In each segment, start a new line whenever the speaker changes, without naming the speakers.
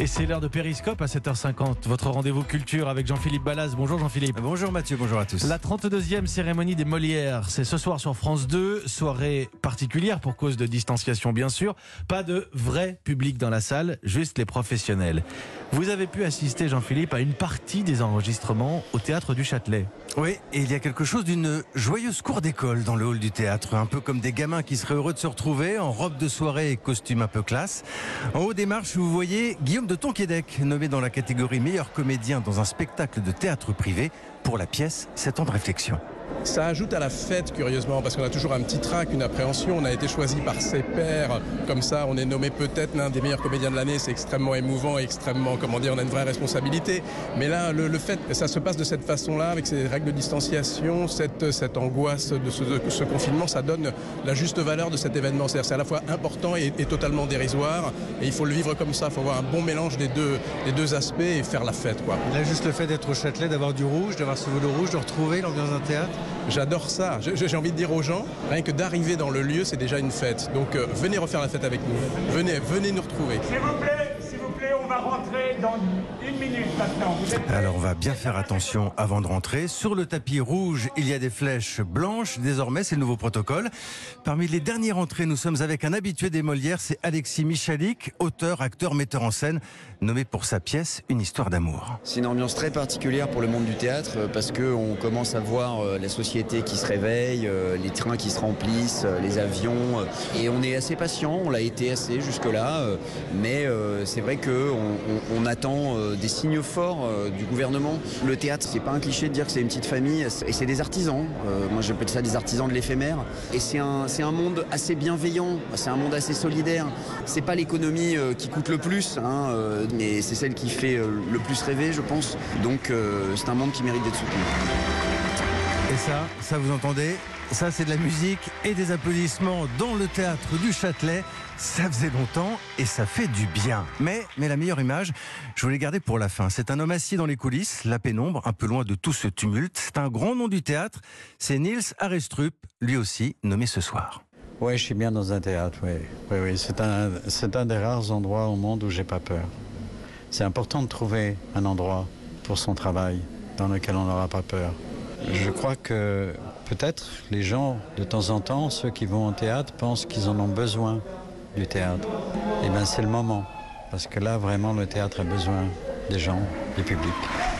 Et c'est l'heure de Périscope à 7h50. Votre rendez-vous culture avec Jean-Philippe Ballas. Bonjour Jean-Philippe.
Bonjour Mathieu, bonjour à tous.
La 32e cérémonie des Molières, c'est ce soir sur France 2. Soirée particulière pour cause de distanciation bien sûr. Pas de vrai public dans la salle, juste les professionnels. Vous avez pu assister Jean-Philippe à une partie des enregistrements au Théâtre du Châtelet.
Oui, et il y a quelque chose d'une joyeuse cour d'école dans le hall du théâtre. Un peu comme des gamins qui seraient heureux de se retrouver en robe de soirée et costume un peu classe. En haut des marches, vous voyez Guillaume de Tonquédec, nommé dans la catégorie meilleur comédien dans un spectacle de théâtre privé pour la pièce 7 ans de réflexion.
Ça ajoute à la fête, curieusement, parce qu'on a toujours un petit trac, une appréhension. On a été choisi par ses pairs. Comme ça, on est nommé peut-être l'un des meilleurs comédiens de l'année. C'est extrêmement émouvant, extrêmement, comment dire, on a une vraie responsabilité. Mais là, le fait que ça se passe de cette façon-là, avec ces règles de distanciation, cette angoisse de ce confinement, ça donne la juste valeur de cet événement. C'est-à-dire, c'est à la fois important et totalement dérisoire. Et il faut le vivre comme ça. Il faut avoir un bon mélange des deux aspects et faire la fête, quoi.
Là, juste le fait d'être au Châtelet, d'avoir du rouge, d'avoir ce velours rouge, de retrouver l'ambiance d'un théâtre.
J'adore ça. J'ai envie de dire aux gens, rien que d'arriver dans le lieu, c'est déjà une fête. Donc venez refaire la fête avec nous. Venez nous retrouver.
S'il vous plaît, on va rentrer dans une minute maintenant.
Alors on va bien faire attention avant de rentrer. Sur le tapis rouge, il y a des flèches blanches. Désormais, c'est le nouveau protocole. Parmi les dernières entrées, nous sommes avec un habitué des Molières, c'est Alexis Michalik, auteur, acteur, metteur en scène, nommé pour sa pièce Une histoire d'amour.
C'est une ambiance très particulière pour le monde du théâtre parce qu'on commence à voir la société qui se réveille, les trains qui se remplissent, les avions. Et on est assez patient, on l'a été assez jusque-là. Mais c'est vrai qu'on attend des signes forts du gouvernement. Le théâtre, c'est pas un cliché de dire que c'est une petite famille. Et c'est des artisans. Moi, j'appelle ça des artisans de l'éphémère. Et c'est un monde assez bienveillant. C'est un monde assez solidaire. C'est pas l'économie qui coûte le plus, mais c'est celle qui fait le plus rêver, je pense. Donc c'est un monde qui mérite d'être soutenu.
Et ça vous entendez? Ça, c'est de la musique et des applaudissements dans le théâtre du Châtelet. Ça faisait longtemps et ça fait du bien. Mais la meilleure image, je voulais garder pour la fin. C'est un homme assis dans les coulisses, la pénombre, un peu loin de tout ce tumulte. C'est un grand nom du théâtre. C'est Niels Arestrup, lui aussi nommé ce soir.
Oui, je suis bien dans un théâtre, oui. C'est un des rares endroits au monde où j'ai pas peur. C'est important de trouver un endroit pour son travail dans lequel on n'aura pas peur. Je crois que peut-être les gens, de temps en temps, ceux qui vont au théâtre, pensent qu'ils en ont besoin du théâtre. Eh bien, c'est le moment. Parce que là, vraiment, le théâtre a besoin des gens, du public.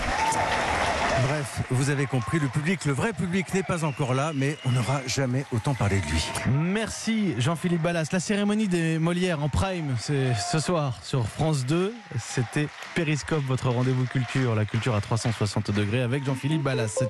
Bref, vous avez compris, le vrai public n'est pas encore là, mais on n'aura jamais autant parlé de lui.
Merci Jean-Philippe Ballas. La cérémonie des Molières en prime, c'est ce soir sur France 2. C'était Périscope, votre rendez-vous culture. La culture à 360 degrés avec Jean-Philippe Ballas.